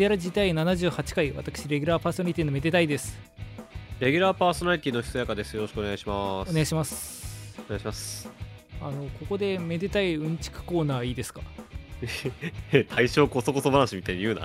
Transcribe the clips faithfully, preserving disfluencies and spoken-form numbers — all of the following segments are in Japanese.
デラ時代ななじゅうはちかい、私レギュラーパーソナリティのめでたいです。 レギュラーパーソナリティのひそやかです。よろしくお願いします。 お願いします。 お願いします。 あのここでめでたいうんちくコーナーいいですか？ 対象こそこそ話みたいに言うな。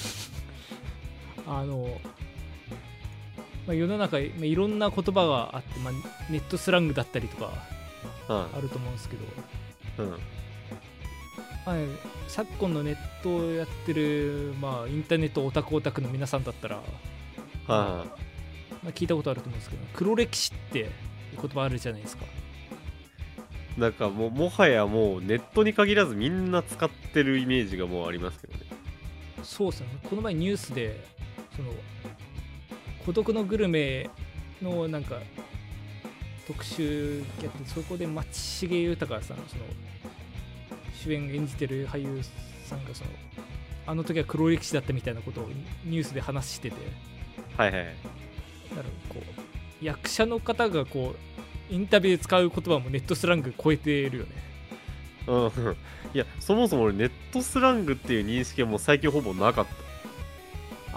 あの、まあ、世の中、まあ、いろんな言葉があって、まあ、ネットスラングだったりとかあると思うんですけど、 うん、 まあね、昨今のネットをやってる、まあ、インターネットオタクオタクの皆さんだったら、まあまあ、聞いたことあると思うんですけど、黒歴史って言葉あるじゃないですか。 なんかもうもはやもうネットに限らずみんな使ってるイメージがもうありますけどね。 そうですね。この前ニュースでその孤独のグルメのなんか特集やって、そこで松重豊さん、その主演演じてる俳優さんがそのあの時は黒歴史だったみたいなことをニュースで話してて、 はいはい。 だからこう役者の方がこうインタビューで使う言葉もネットスラング超えてるよね。 うん。いや、そもそも俺ネットスラングっていう認識はもう最近ほぼなかった。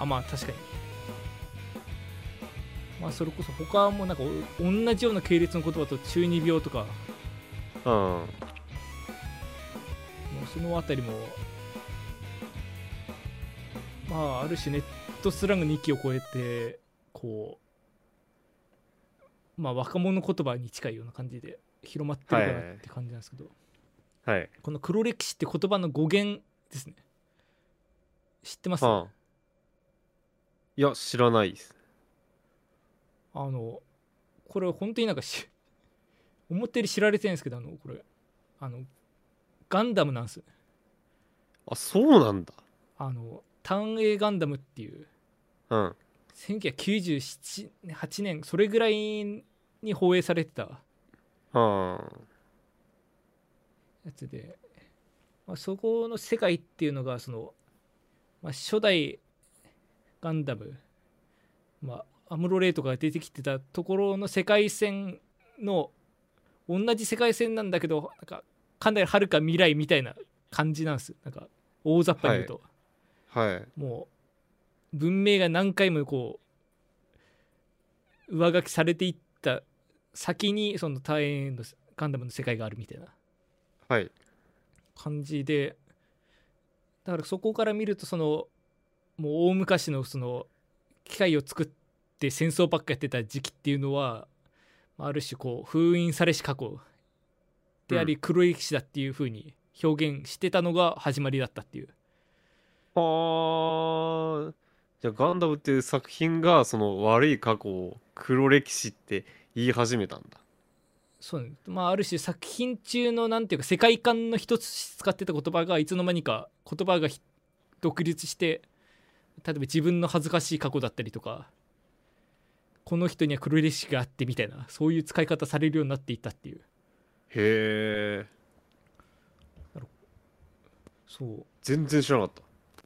あ、まあ確かに。まあそれこそ他もなんか同じような系列の言葉と中二病とか、 うん。 もうそのあたりもまあある種ネットスラングに息を超えてこうまあ若者言葉に近いような感じで広まってるかなって感じなんですけど、 はい。 この黒歴史って言葉の語源ですね。知ってます？ はあ、いや知らないです。 あのこれ本当になんかし思ったより知られてるんですけど、あのこれあのガンダムなんですよね。 あ、そうなんだ。 あの単影ガンダムっていううん。 せんきゅうひゃくきゅうじゅうはちねんそれぐらいに放映されてたはあ。 やつで、まあ、そこの世界っていうのがその、まあ、初代ガンダム、まあ、アムロレイとかが出てきてたところの世界線の同じ世界線なんだけど、なんかかなりはるか未来みたいな感じなんです。なんか大雑把に言うと、 はいはい。 もう文明が何回もこう上書きされていった先にその大変のガンダムの世界があるみたいなはい感じで、だからそこから見るとそのもう大昔のその機械を作って戦争ばっかやってた時期っていうのはある種こう封印されし過去であり黒歴史だっていう風に表現してたのが始まりだったっていう。 はあ。じゃあガンダムっていう作品がその悪い過去を黒歴史って言い始めたんだ。 そうね、まあある種作品中のなんていうか世界観の一つ使ってた言葉がいつの間にか言葉が独立して、例えば自分の恥ずかしい過去だったりとか、この人には黒歴史があってみたいな、そういう使い方されるようになっていったっていう。 へえ。 そう。 全然知らなかっ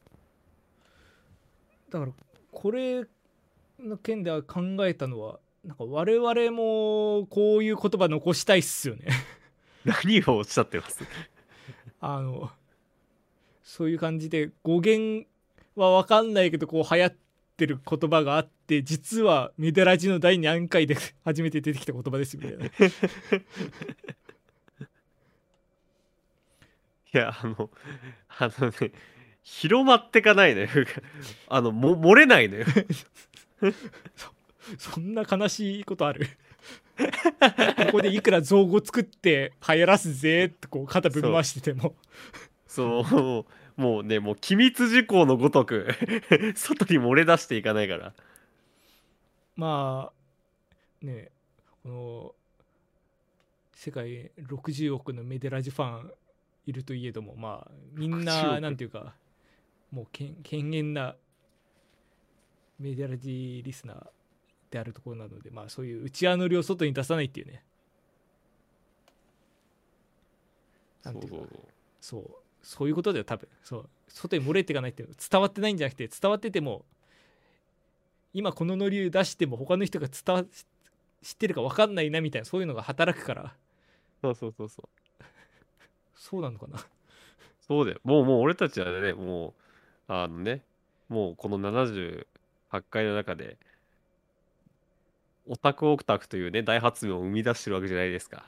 だからこれの件では考えたのは、なんか我々もこういう言葉残したいっすよね。 た。何をおっしゃってます？ あのそういう感じで語源は分かんないけどこう流行ってる言葉があって、実はメデラジのだい何回で初めて出てきた言葉ですみたいな。いや、あの、あのね、広まってかないのよ。あの、も、漏れないのよ。 そそんな悲しいことある？ここでいくら造語作って流行らすぜってこう肩ぶん回してても、 そう、もう、もうね、もう機密事項のごとく外に漏れ出していかないから。 まあね、この世界ろくじゅうおくのメデラジファンいるといえども、まあみんななんていうかもう権限なメデラジリスナーであるところなので、まあそういう内輪乗りを外に出さないっていうね、なんていうか、 そうそうそう。 そうそういうことだよ多分。そう外に漏れていかないっていう、伝わってないんじゃなくて、伝わってても今このノリ出しても他の人が伝わ知ってるか分かんないなみたいな、そういうのが働くから。 そうそうそうそう。 そうなのかな。 そうだよ。もうもう俺たちはね、もう、あのね、 もうこのななじゅうはちかいの中でオタクオタクというね大発明を生み出してるわけじゃないですか。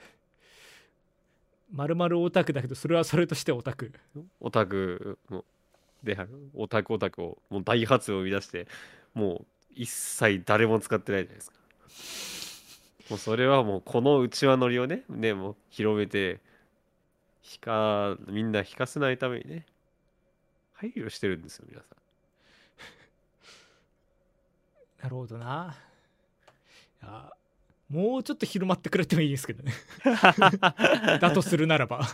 まるまるオタクだけどそれはそれとしてオタク。 オタクのであるオタクオタクをもう大発明を生み出してもう一切誰も使ってないじゃないですか。もうそれはもうこの内輪乗りをねねもう広めて引かみんな引かせないためにね配慮してるんですよ皆さなるほどな。いやもうちょっと広まってくれてもいいですけどね。だとするならば。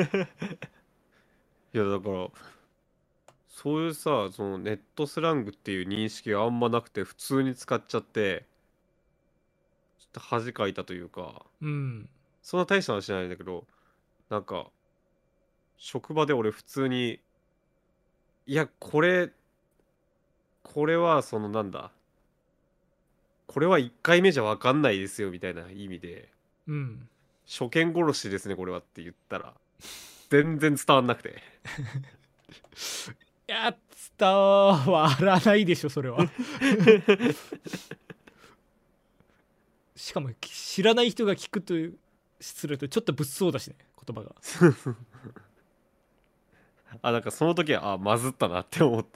いやだからそういうさそのネットスラングっていう認識があんまなくて普通に使っちゃってちょっと恥かいたというかうん。 そんな大した話じゃないんだけどなんか職場で俺普通にいやこれこれはそのなんだこれはいっかいめじゃ分かんないですよみたいな意味でうん。 初見殺しですねこれはって言ったら全然伝わんなくていや伝わらないでしょそれは。しかも知らない人が聞くというするとちょっと物騒だしね言葉が。 あなんかその時はあまずったなって思った。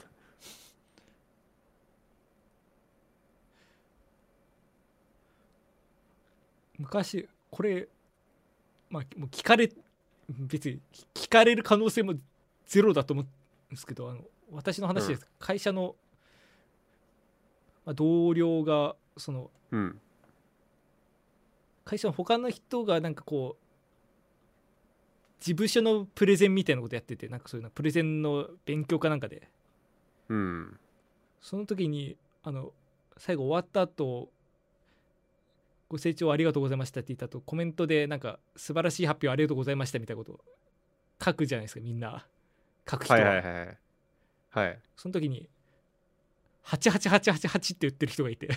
昔これまあもう聞かれ別に聞かれる可能性もゼロだと思うんですけど、あの私の話です、 うん会社の、まあ、同僚がそのうん会社の他の人がなんかこう事務所のプレゼンみたいなことやってて、なんかそういうのプレゼンの勉強かなんかで、 うんその時にあの最後終わった後ご清聴ありがとうございましたって言った後コメントでなんか素晴らしい発表ありがとうございましたみたいなことを書くじゃないですか、みんな書くはい人は。 はいはいはいその時にはちはちはちはちはちって言ってる人がいて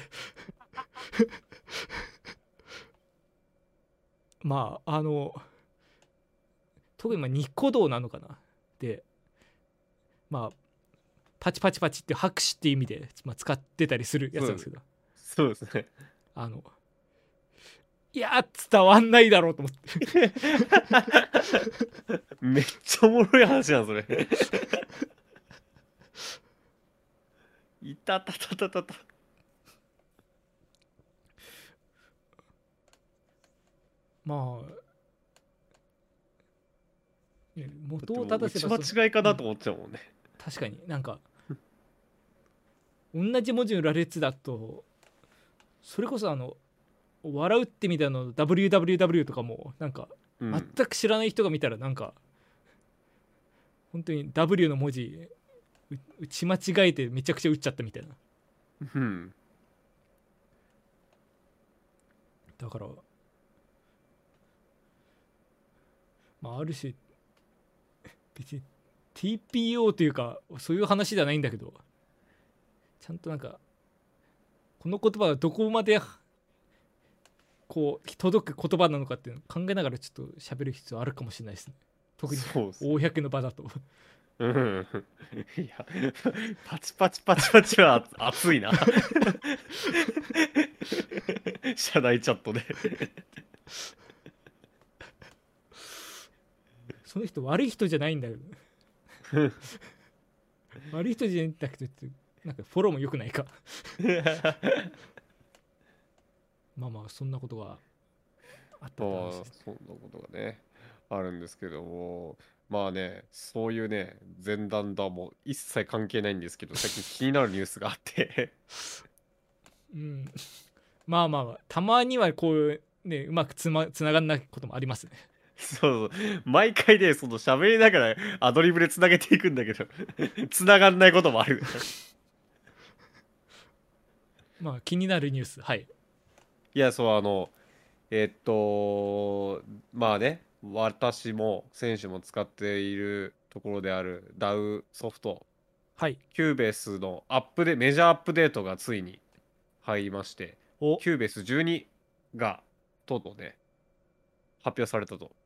まああの特にまあニコ動なのかなで、まあパチパチパチって拍手っていう意味で、まあ、使ってたりするやつなんですけど、 そうですねあのいや伝わんないだろうと思ってめっちゃおもろい話やんそれいたたたたたたまあ、ね、元をだってもう打ち正せばその、 間違いかうん、 なと思っちゃうもんね確かになんか同じ文字の羅列だとそれこそあの笑うってみたいなの ダブリューダブリューダブリュー とかもなんか全うんく知らない人が見たらなんか本当に ダブリュー の文字打ち間違えてめちゃくちゃ打っちゃったみたいな。 うんだからまあある種別に ティーピーオー というかそういう話ではないんだけど、ちゃんとなんかこの言葉がどこまでこう届く言葉なのかっていうのを考えながらちょっと喋る必要あるかもしれないですね、特にそうっすね公の場だと。 うんいやパチパチパチパチは熱いな社内チャットでその人悪い人じゃないんだけど悪い人じゃないんだけどなんかフォローも良くないかまあまあそんなことがあったってまあ話です。 そんなことがねあるんですけどもまあねそういうね前段とはもう一切関係ないんですけど最近気になるニュースがあってうん、まあまあまあたまにはこういうねうまくつ,、ま、つながんないこともありますね。 そうそう毎回でその喋りながらアドリブでつなげていくんだけどつながんないこともあるまあ気になるニュース、はい。 いやそうあのえっとまあね私も選手も使っているところである ダウ ソフトはい。 キューベースのアップでメジャーアップデートがついに入りましておキューベースじゅうにがとうとうね発表されたと。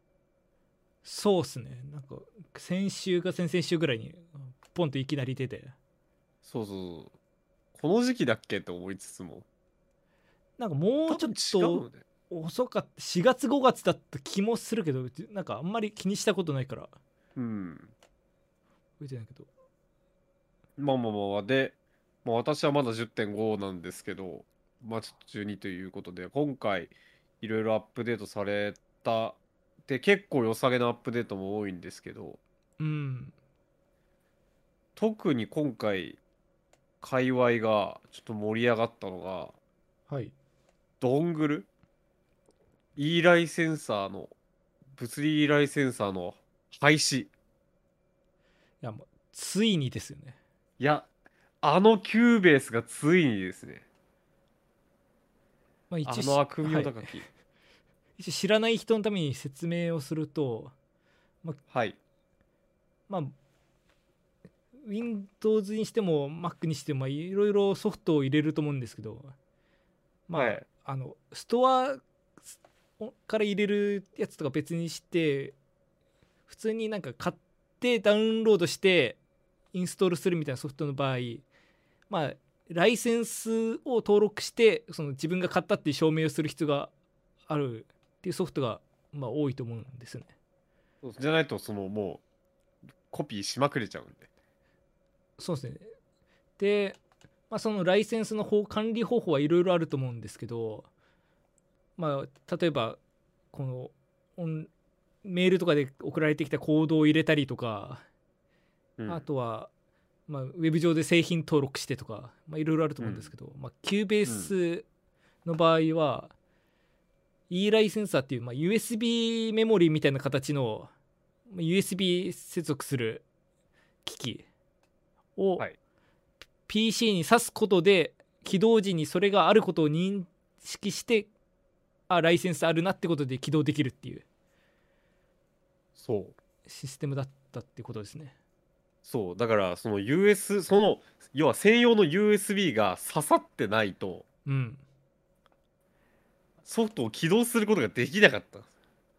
そうっすね、なんか先週か先々週ぐらいにポンといきなり出て、 そうそう。この時期だっけと思いつつも、 なんかもうちょっ多分違うとよね。 遅かったしがつごがつだった気もするけど、なんかあんまり気にしたことないから覚うん。 えてないけど。 まあまあまあまあ、で、まあ、私はまだじゅってんごなんですけど、まあちょっとじゅうにということで、今回いろいろアップデートされた、で、結構良さげなアップデートも多いんですけど、 うん。 特に今回、界隈がちょっと盛り上がったのが、 はい。いドングル ?E ライセンサーの、物理 E ライセンサーの廃止。 やもうついにですよね。 いや、あのキューベースがついにですね、 まあ、一応し、 あの悪名はい、 高き。 一応知らない人のために説明をすると、まあ、 はい。 まあ、Windows にしても Mac にしてもいろいろソフトを入れると思うんですけど、まはい。 あ、あのストアから入れるやつとか別にして、普通になんか買ってダウンロードしてインストールするみたいなソフトの場合、まあライセンスを登録してその自分が買ったっていう証明をする必要があるっていうソフトがまあ多いと思うんですよね。 そうじゃないと、そのもうコピーしまくれちゃうんで。 そうですね。で、まあ、そのライセンスの方管理方法はいろいろあると思うんですけど、まあ、例えばこのオンメールとかで送られてきたコードを入れたりとか、 うん。 あとは、まあ、ウェブ上で製品登録してとか、まあ、いろいろあるとうん。 思うんですけど、まあ、キューベーうん。 スの場合は E ライセンサーっていう、まあ、ユーエスビー メモリーみたいな形の ユーエスビー 接続する機器をはい。 ピーシー に挿すことで起動時にそれがあることを認識して、あライセンスあるなってことで起動できるっていうそう。 システムだったっていうことですね。 そう。だから、その ユーエス、その、要は専用の ユーエスビー が刺さってないと、 うん。 ソフトを起動することができなかった。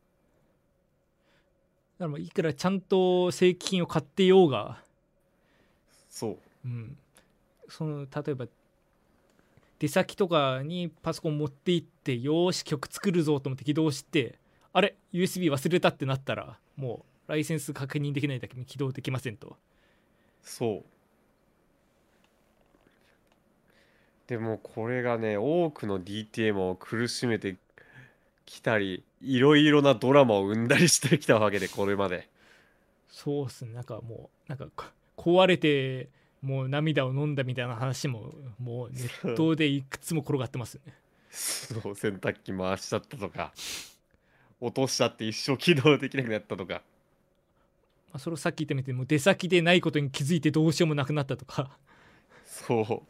だからまあいくらちゃんと正規品を買ってようが、 そう。 うん、その例えば出先とかにパソコン持って行ってよーし曲作るぞと思って起動して、あれ ユーエスビー 忘れたってなったらもうライセンス確認できないだけに起動できませんと。 そう。でも、これがね、多くの ディーティーエム を苦しめてきたり、いろいろなドラマを生んだりしてきたわけで、これまで。 そうっすね。なんかもうなんか壊れてもう涙を飲んだみたいな話ももうネッそう、 トでいくつも転がってますよね。 そう洗濯機回しちゃったとか、落としちゃって一生起動できなくなったとか。 まあ、それをさっき言ったみたいにもう出先でないことに気づいてどうしようもなくなったとか。 そう。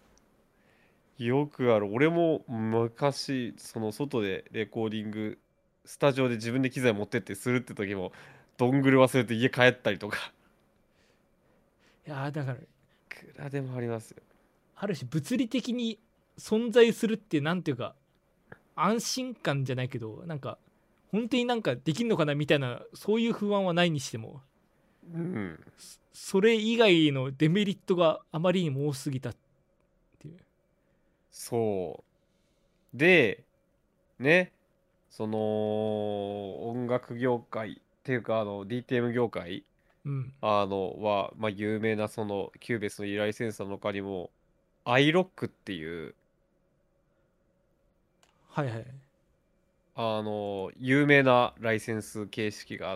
よくある。俺も昔、その外でレコーディング、スタジオで自分で機材持ってってするって時も、どんぐり忘れて家帰ったりとか、 いやだからいくらでもありますよ。 ある種物理的に存在するってなんていうか安心感じゃないけど、なんか本当になんかできんのかなみたいなそういう不安はないにしても、 うん。 それ以外のデメリットがあまりにも多すぎたっていう。 そう。で、ね、その音楽業界っていうか、あの ディーティーエム 業界うん。 あのは、まあ、有名なそのキューベースの依頼センサーの他にも アイロック っていうはいはい。 あの有名なライセンス形式があって、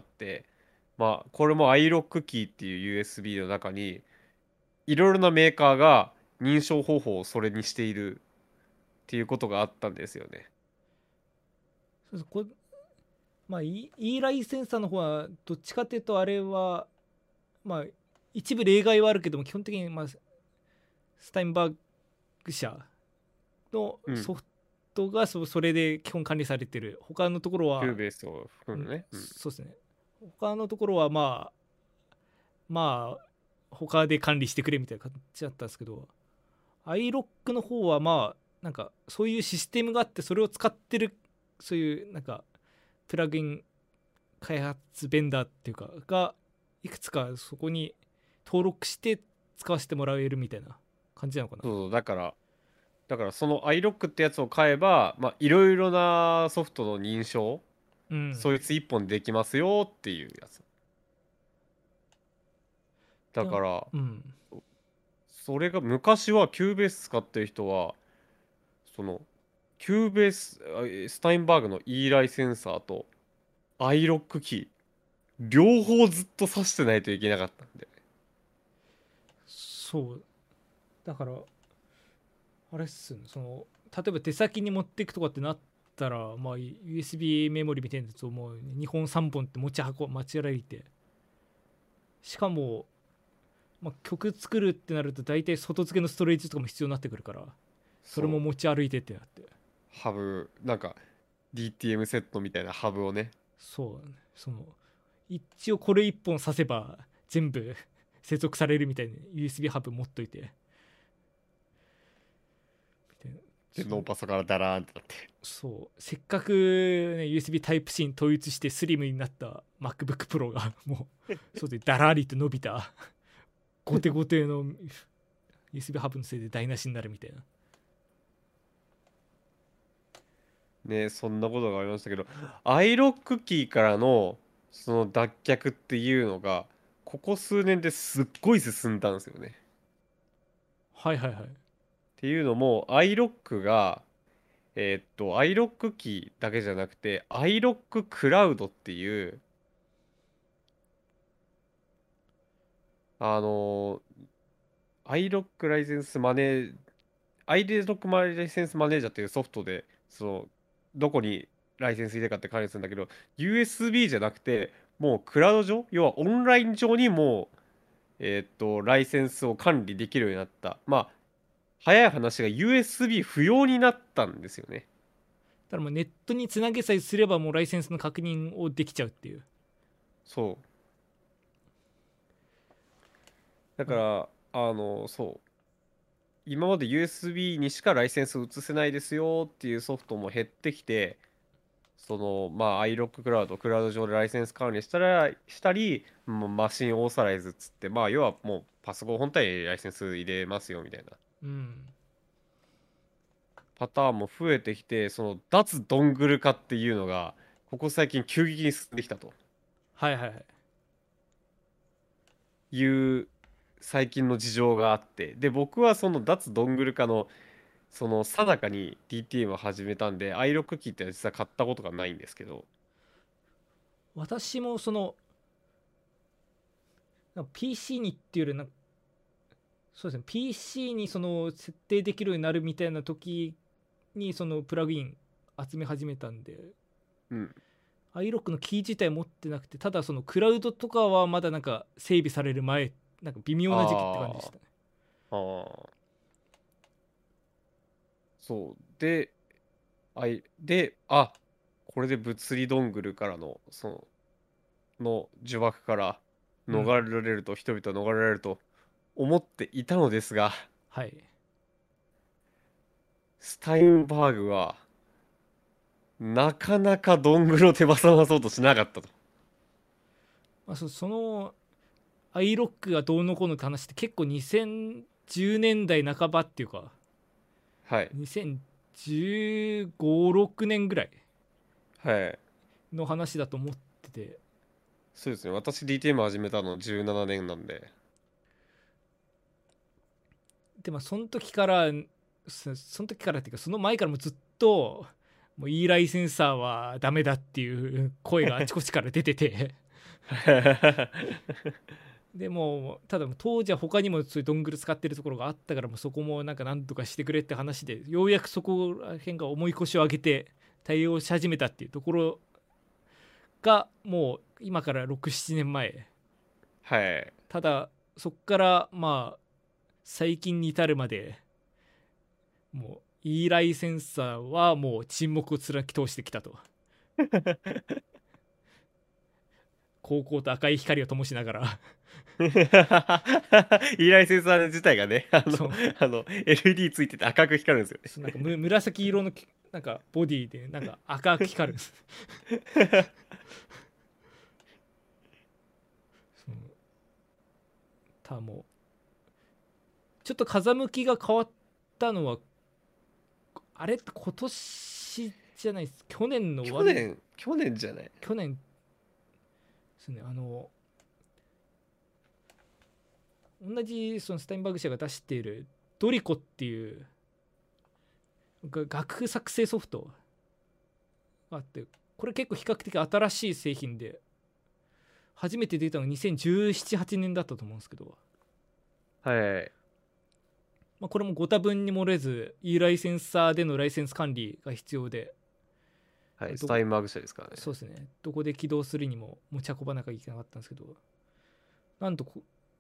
まあこれも アイロック キーっていう ユーエスビー の中にいろいろなメーカーが認証方法をそれにしているっていうことがあったんですよね。 そうそうこまあ E, E ライセンサーの方はどっちかっていうとあれはまあ一部例外はあるけども基本的にまあスタインバーグ社のうん。 ソフトがそそれで基本管理されてる。他のところキューは、 ベースを含うん、 むね。うん。 そうですね。他のところはまあまあ他で管理してくれみたいな感じだったんですけど、 アイロック の方はまあなんかそういうシステムがあってそれを使ってる、そういうなんかプラグイン開発ベンダーっていうかがいくつかそこに登録して使わせてもらえるみたいな感じなのかな。 そうだからだからその iLock ってやつを買えばまあいろいろなソフトの認証うん。 そいつ一本でできますよっていうやつだでも、 からうん。 それが昔はキューベース使ってる人はそのキューベースあスタインバーグの E ライセンサーと iLock キー両方ずっと挿してないといけなかったんで。 そう。だから、あれっすね、その、例えば出先に持っていくとかってなったら、まあ、ユーエスビー メモリみたいなやつをもうにほんさんぼんって持ち運間違えて、しかも、まあ、曲作るってなると大体外付けのストレージとかも必要になってくるから、それもそう持ち歩いてってなって。 ハブなんか ディーティーエム セットみたいなハブをね。 そうね、その、一応これ一本挿せば全部接続されるみたいな ユーエスビー ハブ持っといて、みたいな。 でそうノーパソからダラーンってなって。 そうせっかく、ね、ユーエスビー タイプ C に統一してスリムになった MacBook Pro がもうそうでだらりと伸びたゴテゴテの ユーエスビー ハブのせいで台無しになるみたいな。 ね、そんなことがありましたけど iLock キーからのその脱却っていうのがここ数年ですっごい進んだんですよね。 はいはいはい。 っていうのも iLock がえーっと iLock キーだけじゃなくて iLock クラウドっていうあの iLock ライセンスマネー iLock ライセンスマネージャーっていうソフトでそのどこにライセンス入れるかって管理するんだけど ユーエスビー じゃなくてもうクラウド上要はオンライン上にもうえーっとライセンスを管理できるようになったまあ早い話が ユーエスビー 不要になったんですよね。 だからもうネットにつなげさえすればもうライセンスの確認をできちゃうっていう。 そうだかまあらあのそう今まで ユーエスビー にしかライセンスを移せないですよっていうソフトも減ってきて、その、まあ、iLock クラウド、クラウド上でライセンス管理したら、したり、もうマシンオーサライズっつって、まあ、要はもうパソコン本体にライセンス入れますよみたいなうんパターンも増えてきて、その脱ドングル化っていうのが、ここ最近急激に進んできたとはいはいはい。 いう最近の事情があって、で、僕はその脱ドングル化のその定かに ディーティーエム を始めたんで iLock キーって実は買ったことがないんですけど。 私もそのなんか ピーシー にっていうよりなんかそうですね ピーシー にその設定できるようになるみたいな時にそのプラグイン集め始めたんで、 うん。 iLock のキー自体持ってなくて、ただそのクラウドとかはまだなんか整備される前、なんか微妙な時期って感じでしあたね。 あ、ああ、そう。で、あい、で、あ、これで物理ドングルからの、その、の呪縛から逃れうん。 られると、人々は逃れられると思っていたのですが、 はい。 スタインバーグは、なかなかドングルを手放そうとしなかったと。 まあ、そその iLock がどうのこうのって話って結構にせんじゅうねんだいなかばっていうかはい。 にせんじゅうご、ろくねんぐらいはい。 の話だと思ってて、 そうですね。私 ディーティーエム 始めたのじゅうななねんなんで。 でまあその時からそその時からっていうかその前からもずっともう E ライセンサーはダメだっていう声があちこちから出ててでもただ当時は他にもそういうドングル使ってるところがあったからもうそこもなんか何とかしてくれって話でようやくそこら辺が重い腰を上げて対応し始めたっていうところがもう今からろく、ななねんまえ。 はい。 ただそっからまあ最近に至るまでもう E ライセンサーはもう沈黙を貫き通してきたと。高校と赤い光を灯しながらイーライセンサー自体がね、あの、 そうあの、エルイーディー ついてて赤く光るんですよね。 そうなんかむ紫色のきなんかボディでなんか赤く光るんですそうただもちょっと風向きが変わったのはあれって今年じゃないです。去年の終去わり年去年じゃない。 去年ですね。あの同じそのスタインバーグ社が出しているドリコっていうが楽譜作成ソフトがあって、これ結構比較的新しい製品で初めて出たのがにせんじゅうなな、はちねんだったと思うんですけど、 はい。 まあ、これもご多分に漏れず E ライセンサーでのライセンス管理が必要で、 はい、スどタインバーグ社ですからね。 そうですね、どこで起動するにも持ち運ばなきゃいけなかったんですけど、なんとこ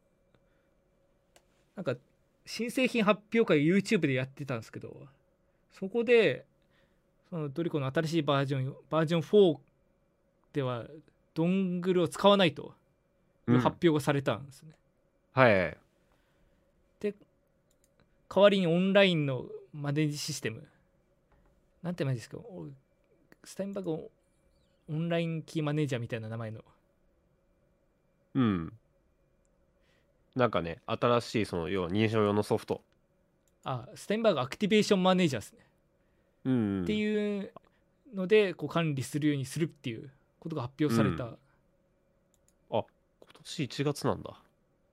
なんか新製品発表会 YouTube でやってたんですけど、そこでそのドリコの新しいバージョンバージョンフォーではドングルを使わないという発表がされたんですね、 うん、はい。 で代わりにオンラインのマネージシステムなんて言うんですか、スタインバーグオンラインキーマネージャーみたいな名前の、 うん。なんかね、新しいその要は認証用のソフト。 あスタインバーグアクティベーションマネージャーですね、 うん、うん。 っていうのでこう管理するようにするっていうことが発表された、 うん、あ、今年いちがつなんだ。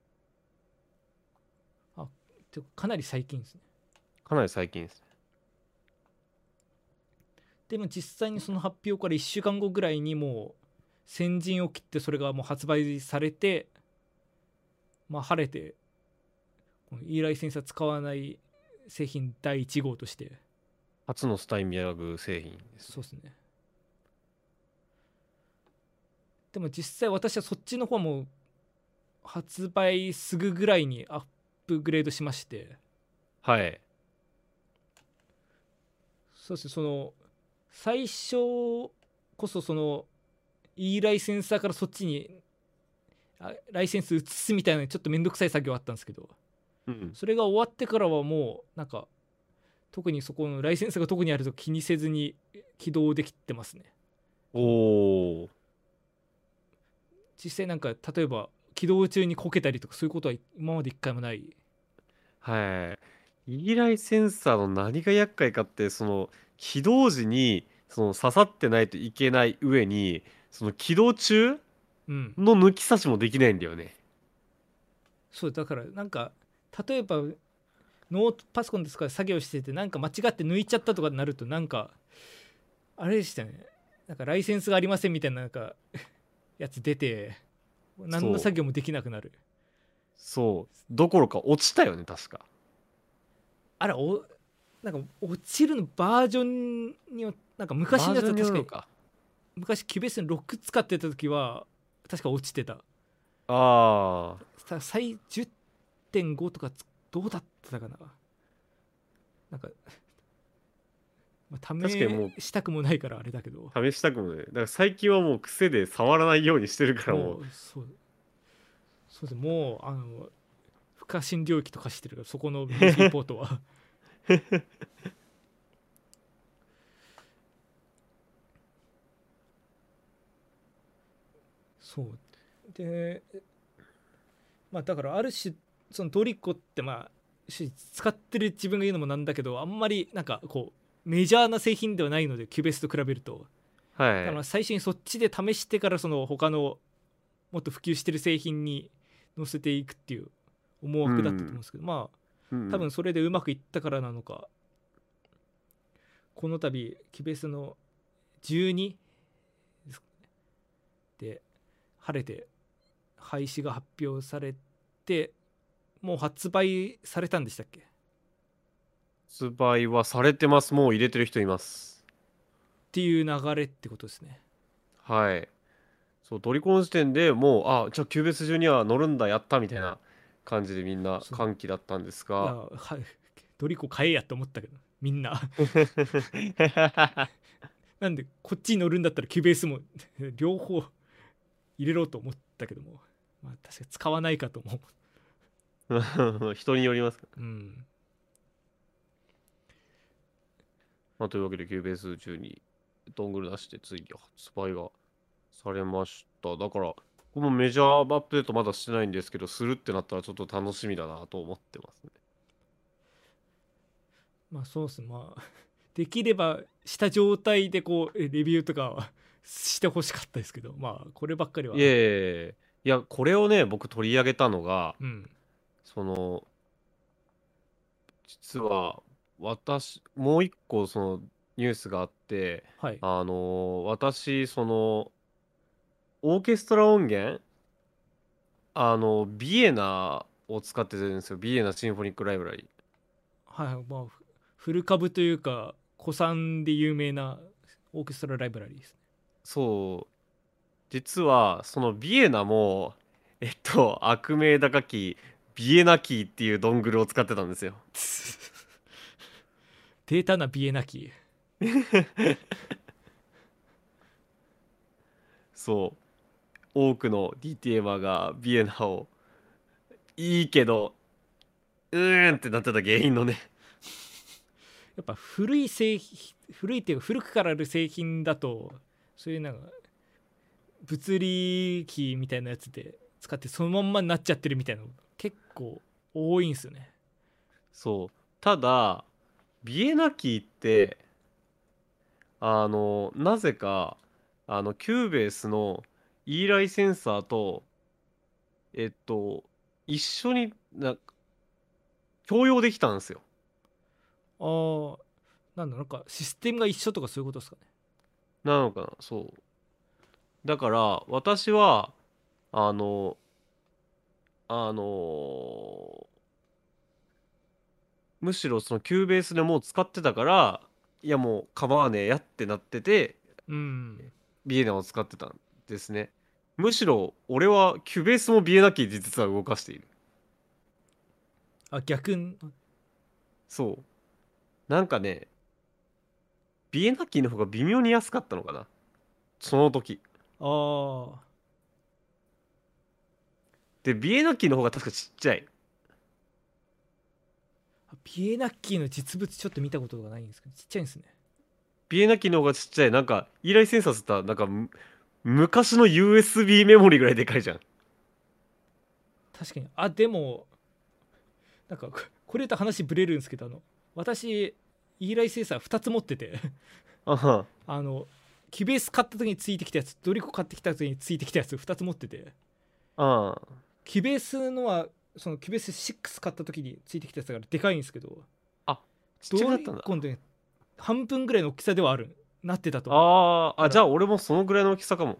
あてかなり最近ですね。 かなり最近ですね。 でも実際にその発表からいっしゅうかんごぐらいにもう先陣を切ってそれがもう発売されて、まあ晴れてこの E ライセンサー使わない製品だいいち号として、 初のスタインバーグ製品ですね。 そうですね。でも実際私はそっちの方も発売すぐぐらいにアップグレードしまして、 はい。 そうですね、その最初こそその E ライセンサーからそっちにあライセンス移すみたいなちょっとめんどくさい作業あったんですけど、 うん。 それが終わってからはもうなんか特にそこのライセンスがどこにあると気にせずに起動できてますね。 おー。 実際なんか例えば起動中にこけたりとかそういうことは今まで一回もない。 はい。E ライセンサーの何が厄介かって、その起動時にその刺さってないといけない上に、その起動中うんの抜き差しもできないんだよね。 そうだからなんか例えばノートパソコンですから作業しててなんか間違って抜いちゃったとかになるとなんかあれでしたね、なんかライセンスがありませんみたいななんかやつ出て何のそう。 作業もできなくなる。 そう。どころか落ちたよね、確か。 あれおなんか落ちるのバージョンによなんか昔のバージョンやつは確かにによるのか。 昔キュベースのろく使ってた時は確か落ちてた。 ああ。 さ最じゅってんごとかつどうだったかな、なんか、まあ、試確かにもうしたくもないからあれだけど、 試したくもね。だから最近はもう癖で触らないようにしてるからもう。 もうそうそうです、もうあの不可侵領域と化してるからそこのルーフィーポートはそうで、まあだからある種そのドリコってまあ使ってる自分が言うのもなんだけどあんまりなんかこうメジャーな製品ではないのでキュベースと比べると、だからはい。 最初にそっちで試してからその他のもっと普及してる製品に乗せていくっていう思う惑だったと思うんん。 ですけど、まあうん。 多分それでうまくいったからなのか、この度キュベースのじゅうにで晴れて廃止が発表されてもう発売されたんでしたっけっ発売はされてます。もう入れてる人います。 ていう流れってことですね。 はい。そう、ドリコンの時点でもう、あ、じゃあキューベースじゅうには乗るんだ、やったみたいな感じでみんなそう歓喜だったんですが、 いやはドリコ買えやと思ったけどみんななんでこっちに乗るんだったらキュベースも両方入れろと思ったけども、まあ確かに使わないかと思人によりますか。 う。うんまあ、というわけで、キューベースじゅうに、ドングル出してついに発売がされました。だから、このメジャーアップデートまだしてないんですけど、するってなったらちょっと楽しみだなと思ってますね。 まあそうっすね。まあできればした状態でこうレビューとかはしてほしかったですけど、まあこればっかりいえいは。 え、いや、これをね、僕取り上げたのが、 うん。 その、実は、私、もう一個、その、ニュースがあって、 はい。 あの、私、その、オーケストラ音源、あの、ビエナを使ってるんですよ。ビエナシンフォニックライブラリ。 はい。まあフフル株というか古参で有名なオーケストラライブラリーですね。 そう、実は、そのビエナも、えっと、悪名高き、ビエナキーっていうドングルを使ってたんですよ。 データなビエナキー。 そう、多くの ディーティーエマー がビエナを、いいけど、うーんってなってた原因のね。 やっぱ古い製品、古いっていうか古くからある製品だと、そういうなんか物理機みたいなやつで使ってそのまんまになっちゃってるみたいなの結構多いんですよね。 そう。ただ、ビエナキーって、あの、なぜか、あの、キューベースの イー ライセンサーと、えっと、一緒にな、共用できたんですよ。 ああ、なんだ、なんかシステムが一緒とかそういうことですかね。 なのかな、そう。だから、私は、あの、あの、むしろそのキューベースでもう使ってたから、いやもう構わねえやってなってて、 うん。 ビエナを使ってたんですね。むしろ、俺はキューベースもビエナキーで実は動かしている。 あ、逆に。 そう。なんかね、ビエナキーの方が微妙に安かったのかな。その時。 ああ、 で、ビエナキーの方が確かちっちゃい。 ビエナッキーの実物ちょっと見たことがないんですけど、ちっちゃいんですね。 ビエナ機の方がちっちゃい。なんか、イーライセンサーって言ったら、なんかむ、昔の ユーエスビー メモリぐらいでかいじゃん。 確かに。あ、でも、なんかここれ言うと話ブレるんですけど、あの私 E ライセンサーふたつ持っててあは。 あのキュベース買った時についてきたやつ、ドリコ買ってきた時についてきたやつふたつ持ってて、 ああ。 キュベースのはそのキュベースシックス買った時についてきたやつだからでかいんですけど、 あ、ちっちゃくドなったんだ。 リコンで半分ぐらいの大きさではあるなってたと思う。 ああ、あ、じだからゃあ俺もそのぐらいの大きさかも。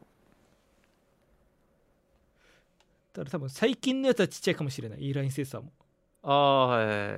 だから多分最近のやつはちっちゃいかもしれない、 E ラインセンサーも。 ああ、はいはいはい。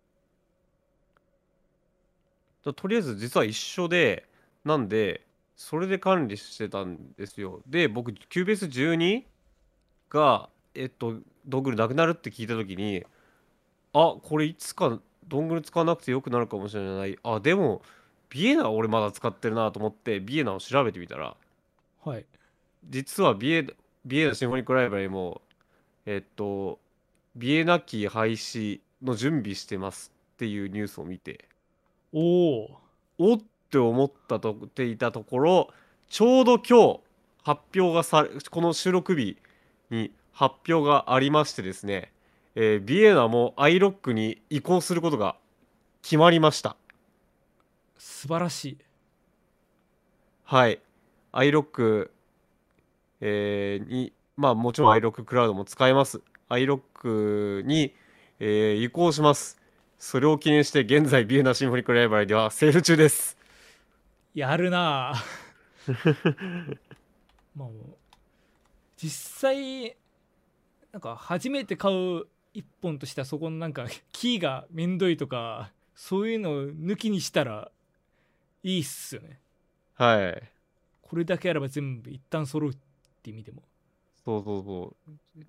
ととりあえず実は一緒で、なんで、それで管理してたんですよ。で、僕、キューベースじゅうにが、えっと、ドングルなくなるって聞いたときに、あ、これいつかドングル使わなくてよくなるかもしれない。あ、でも、ビエナ俺まだ使ってるなと思って、ビエナを調べてみたら、 はい。 実はビエ、ビエナシンフォニックライブラリも、えっと、ビエナキー廃止の準備してますっていうニュースを見て、 おお。 おって思ったとっていたところ、ちょうど今日発表がされ、この収録日に発表がありましてですね、えービエナも アイロック に移行することが決まりました。 素晴らしい。 はい。アイロック、えーに、まあもちろん アイロック クラウドも使えます。アイロック に、えー移行します。それを記念して現在ビエナシンフォニックライブラリではセール中です。 やるなあ。まあもう実際なんか初めて買う一本としてはそこのなんかキーがめんどいとかそういうのを抜きにしたらいいっすよね。 はい。 これだけあれば全部一旦揃うって意味でも。 そうそうそう。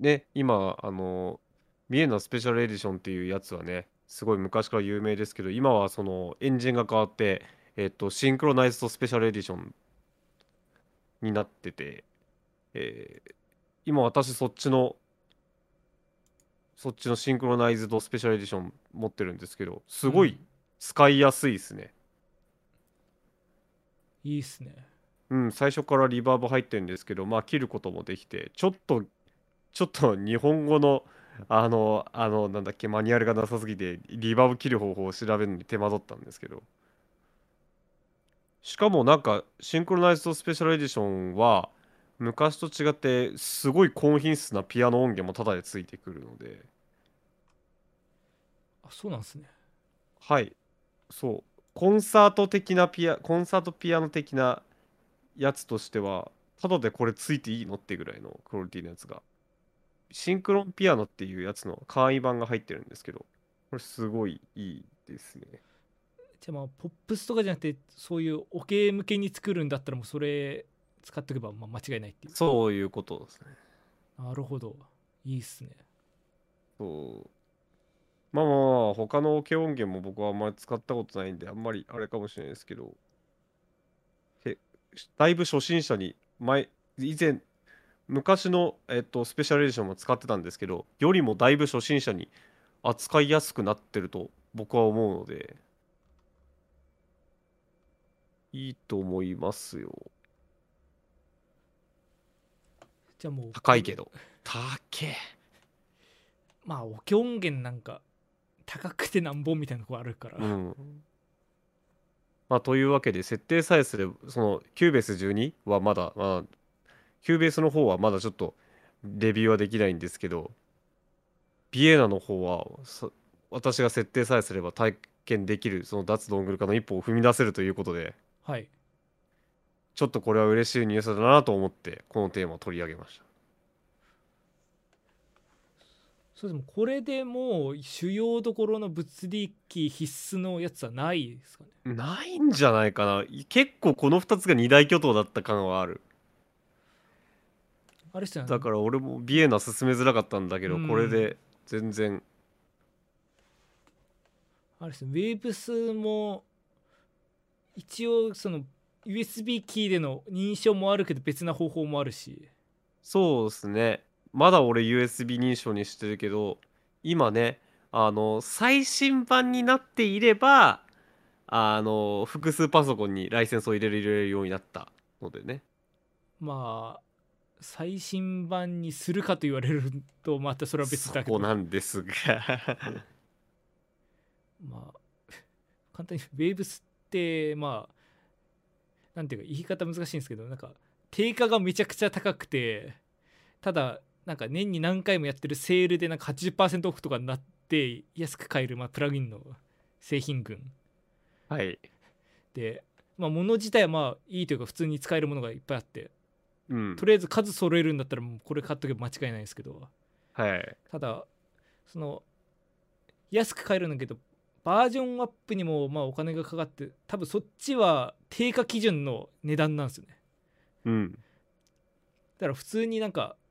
ね、今、あの、ビエナスペシャルエディションっていうやつはね、すごい昔から有名ですけど、今はそのエンジンが変わって、えっと、シンクロナイズドスペシャルエディションになってて、えー今私そっちの、そっちのシンクロナイズドスペシャルエディション持ってるんですけど、すごいうん、 使いやすいですね。 いいっすね。 うん、最初からリバーブ入ってるんですけど、まあ切ることもできて、ちょっと、ちょっと日本語のあの、あの、なんだっけ、マニュアルがなさすぎて、リバーブ切る方法を調べるのに手間取ったんですけど。しかもなんか、シンクロナイズドスペシャルエディションは、昔と違って、すごい高品質なピアノ音源もタダでついてくるので、 あ、そうなんですね。 はい、そう、コンサート的なピア、コンサートピアノ的なやつとしては、タダでこれついていいのってぐらいのクオリティのやつが、シンクロンピアノっていうやつの簡易版が入ってるんですけど、これすごいいいですね。 じゃあまあポップスとかじゃなくてそういうオケ向けに作るんだったらもうそれ使っておけばまあ間違いないっていう。 そういうことですね。 なるほど。いいっすね。 そう。まあまあまあ、他のオケ音源も僕はあんまり使ったことないんで、あんまりあれかもしれないですけど、へだいぶ初心者に、前、以前、昔の、えっと、スペシャルエディションも使ってたんですけど、よりもだいぶ初心者に扱いやすくなってると僕は思うので、いいと思いますよ。 じゃあもうこれ高いけど。高え。 まあオケ音源なんか高くてなんぼみたいなとこあるから。 うん。まあ、というわけで、設定さえすれば、その、キューベースじゅうにはまだ、まあ、キューベースの方はまだちょっと、レビューはできないんですけど、ビエナの方は、さ私が設定さえすれば体験できる、その脱ドングル化の一歩を踏み出せるということで、 はい。 ちょっとこれは嬉しいニュースだなと思って、このテーマを取り上げました。 そうでもこれでもう主要どころの物理機必須のやつはないですかね。 ないんじゃないかな。結構このふたつが二大巨頭だった感はある。 あれっすよね。 だから俺もビエナ進めづらかったんだけうど、これん。 で全然、 あれっすね。ウェーブスも一応その ユーエスビー キーでの認証もあるけど別な方法もあるし。 そうですね。まだ俺 ユーエスビー 認証にしてるけど、今ね、あの、最新版になっていれば、あの、複数パソコンにライセンスを入れる入れるようになったのでね。 まあ最新版にするかと言われるとまたそれは別そだけど、 こなんですがまあ簡単にウェーブスってまあなんていうか言い方難しいんですけど、なんか定価がめちゃくちゃ高くて、ただなんか年に何回もやってるセールでなんかはちじゅっパーセントオフとかになって安く買える、まあ、プラグインの製品群はい。 で、まあ、物自体はまあいいというか普通に使えるものがいっぱいあって、 うん。 とりあえず数揃えるんだったらもうこれ買っとけば間違いないですけど、 はい。 ただその安く買えるんだけどバージョンアップにもまあお金がかかって、多分そっちは定価基準の値段なんですよね。 うん。 だから普通になんか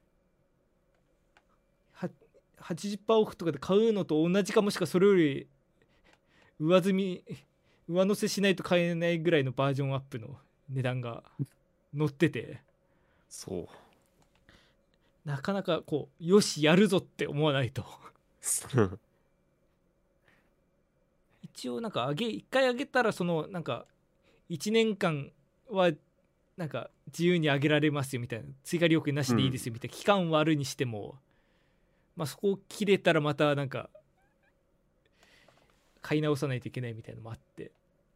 ははちじゅっパーセントオフとかで買うのと同じかもしくはそれより上積み上乗せしないと買えないぐらいのバージョンアップの値段が載ってて、 そう。 なかなかこうよしやるぞって思わないと。一応なんか上げいっかい上げたらそのなんかいちねんかんはなんか自由に上げられますよみたいな、追加料金なしでいいですよみたいな期間はあるにしても、まあそこを切れたらまたなんか買い直さないといけないみたいなのもあって。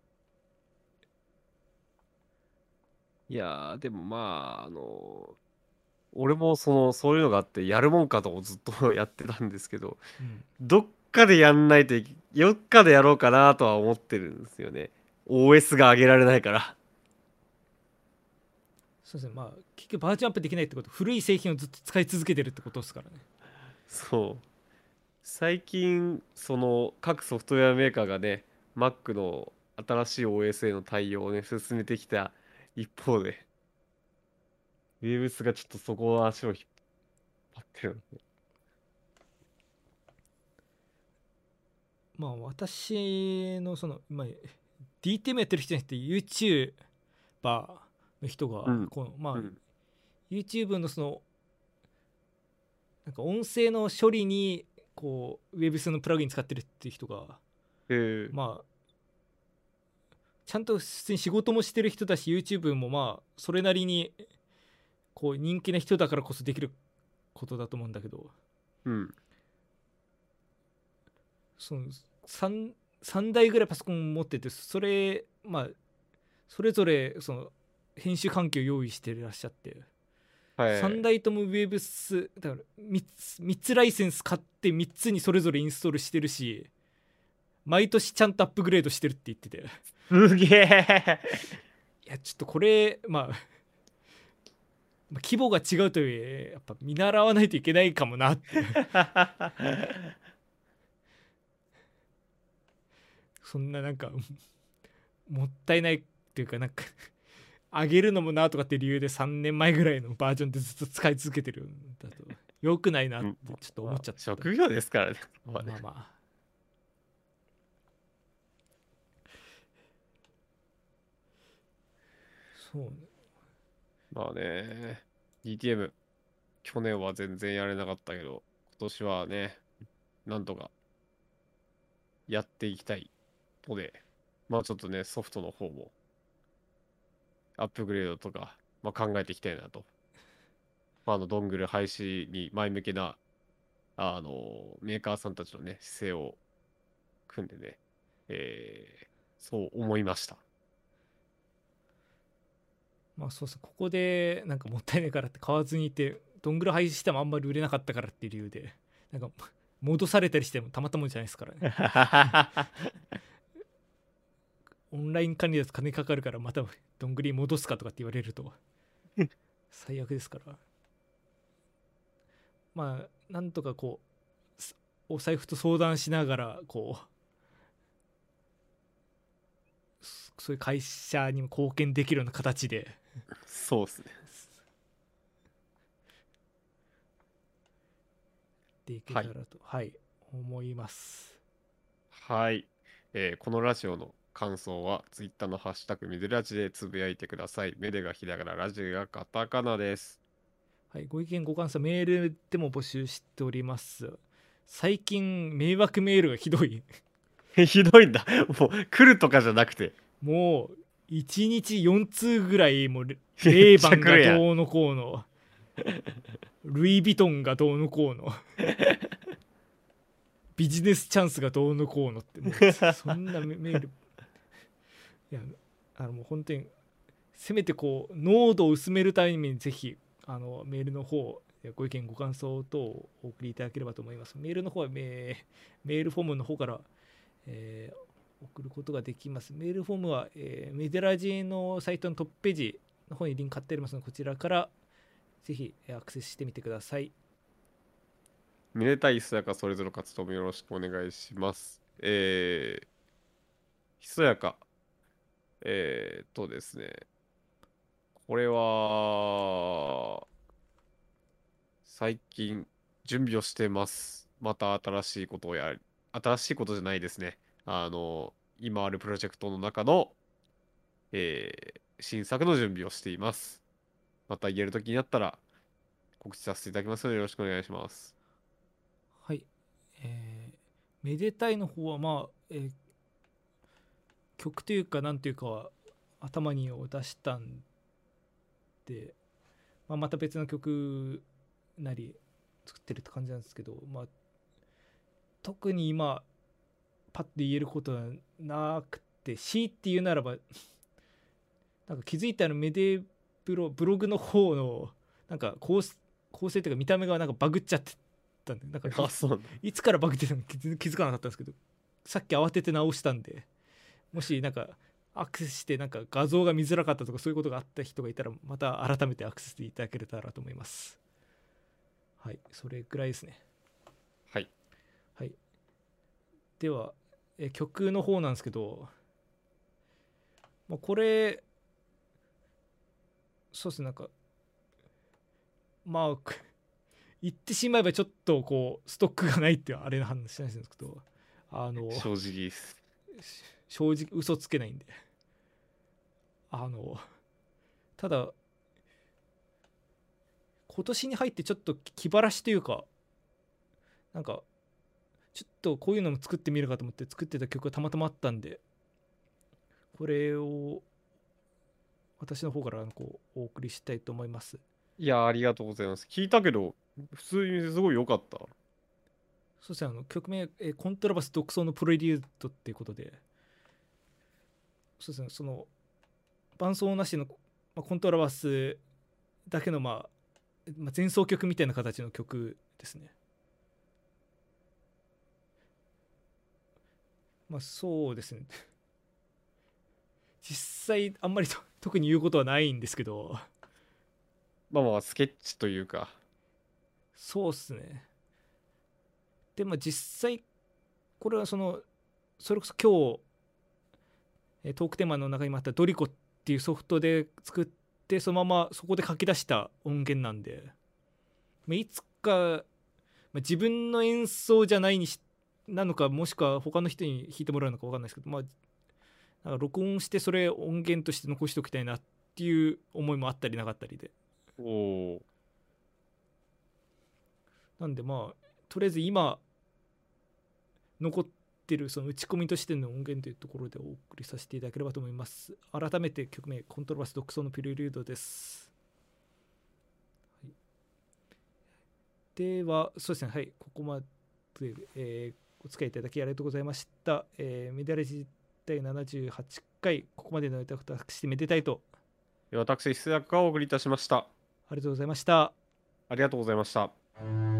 いやー、でもまあ、あの、俺もその、そういうのがあって、やるもんかとずっとやってたんですけど、 うん、 どっかでやんないといけ、どっかでやろうかなとは思ってるんですよね。オーエス が上げられないから。 そうですね、まあ結局バージョンアップできないってこと、古い製品をずっと使い続けてるってことですからね。 そう。最近、その、各ソフトウェアメーカーがね、Mac の新しい オーエス への対応をね、進めてきた一方で、Waves がちょっとそこを足を引っ張ってるので。 まあ私のその、まあ、ディーティーエム やってる人じゃなくて YouTuber の人がうん。 このまあうん。 YouTube のそのなんか音声の処理にこう Webs のプラグイン使ってるっていう人がへえ。 まあちゃんと普通に仕事もしてる人だし YouTube もまあそれなりにこう人気な人だからこそできることだと思うんだけど、 うんその 3, 3台ぐらいパソコン持ってて、それまあそれぞれその編集環境を用意してらっしゃって、さんはい。 だいとも Waves だから みっ, つみっつライセンス買ってみっつにそれぞれインストールしてるし、毎年ちゃんとアップグレードしてるって言ってて、 すげえ。 いやちょっとこれまあまあ規模が違うとはいえやっぱ見習わないといけないかもなってそんななんかもったいないっていうか、なんか上げるのもなとかって理由でさんねんまえぐらいのバージョンでずっと使い続けてるんだとよくないなっうんてちょっと思っちゃった。 職業ですからね。 まあまあまあそうね。 まあね、ディーティーエム、去年は全然やれなかったけど、今年はね、なんとかやっていきたいので、まあちょっとね、ソフトの方もアップグレードとか、まあ、考えていきたいなと。まあ、あの、ドングル廃止に前向きな、あの、メーカーさんたちのね、姿勢を組んでね、えー、そう思いました。 まあそうそう、ここでなんかもったいないからって買わずにいて、どんぐらい配信してもあんまり売れなかったからっていう理由でなんか戻されたりしてもたまったもんじゃないですからね。オンライン管理だと金かかるからまたどんぐり戻すかとかって言われると最悪ですから、まあなんとかこうお財布と相談しながらこうそういう会社にも貢献できるような形でそうっすね。 でいけはい。 たらと、はい、思います。 はい。えーこのラジオの感想は、ツイッターのハッシュタグメデラジでつぶやいてください。メデがひらがな、ラジオがカタカナです。 はい、ご意見ご感想メールでも募集しております。最近迷惑メールがひどいひどいんだ。もう、来るとかじゃなくて、 もういちにちよん通ぐらいもうめっちゃレイバン来るやん。 がどうのこうの、ルイ・ヴィトンがどうのこうの、ビジネスチャンスがどうのこうのって、もうそんなメール、いやあのもう本当にせめてこう濃度を薄めるためにぜひあのメールの方ご意見ご感想等をお送りいただければと思います。メールの方はメメールフォームの方から、えー送ることができます。メールフォームは、えーメデラジのサイトのトップページの方にリンク貼ってありますので、こちらからぜひアクセスしてみてください。 めでたいひそやかそれぞれの活動もよろしくお願いします。えー、ひそやか、えーっとですね、これは、最近準備をしてます。また新しいことをやり、新しいことじゃないですね。あの、今あるプロジェクトの中の、えー新作の準備をしています。また言える時になったら告知させていただきますのでよろしくお願いします。 はい。えーめでたいの方はまあ、えー曲というかなんというかは頭にを出したんで、まあ、また別の曲なり作ってるって感じなんですけど、まあ、特に今パッて言えることはなくて、強いて言うならばなんか気づいたらメデブロブログの方のなんか構成構成というか見た目がなんかバグっちゃってたんで、なんかあ、そうなんだ。 いつからバグってたのか気づ気づかなかったんですけど、さっき慌てて直したんで、もしなんかアクセスしてなんか画像が見づらかったとかそういうことがあった人がいたらまた改めてアクセスいただけたらと思います。はい、それぐらいですね。 はい。 はい、ではえ曲の方なんですけど、まあ、これそうですね、なんかまあ言ってしまえばちょっとこうストックがないっていうあれの話なんですけど、あの正直です。 正直嘘つけないんで、あのただ今年に入ってちょっと気晴らしというか、なんかちょっとこういうのも作ってみるかと思って作ってた曲がたまたまあったんで、これを私の方からこうお送りしたいと思います。 いや、ありがとうございます。聞いたけど、普通にすごい良かった。 そうですね、あの曲名、えーコントラバス独奏のプレリュードっていうことで、そうですね、その伴奏なしの、まあ、コントラバスだけの、まあまあ、前奏曲みたいな形の曲ですね。まあそうですね、実際あんまりと特に言うことはないんですけど、 まあまあ、スケッチというか。 そうっすね。でまあ実際これはそのそれこそ今日えートークテーマの中にもあったドリコっていうソフトで作ってそのままそこで書き出した音源なんで、まあ、いつか、まあ、自分の演奏じゃないにしなのかもしくは他の人に弾いてもらうのか分かんないですけど、まあなんか録音してそれ音源として残しておきたいなっていう思いもあったりなかったりで、 おお。 なんでまあとりあえず今残ってるその打ち込みとしての音源というところでお送りさせていただければと思います。改めて曲名コントラバス独奏のプレリュードです。はい、ではそうですね、はいここまで、えーお付き合いいただきありがとうございました。えー、メディアレジだいななじゅうはちかいここまでの歌をしてめでたいと私、出役がお送りいたしました。 ありがとうございました。 ありがとうございました。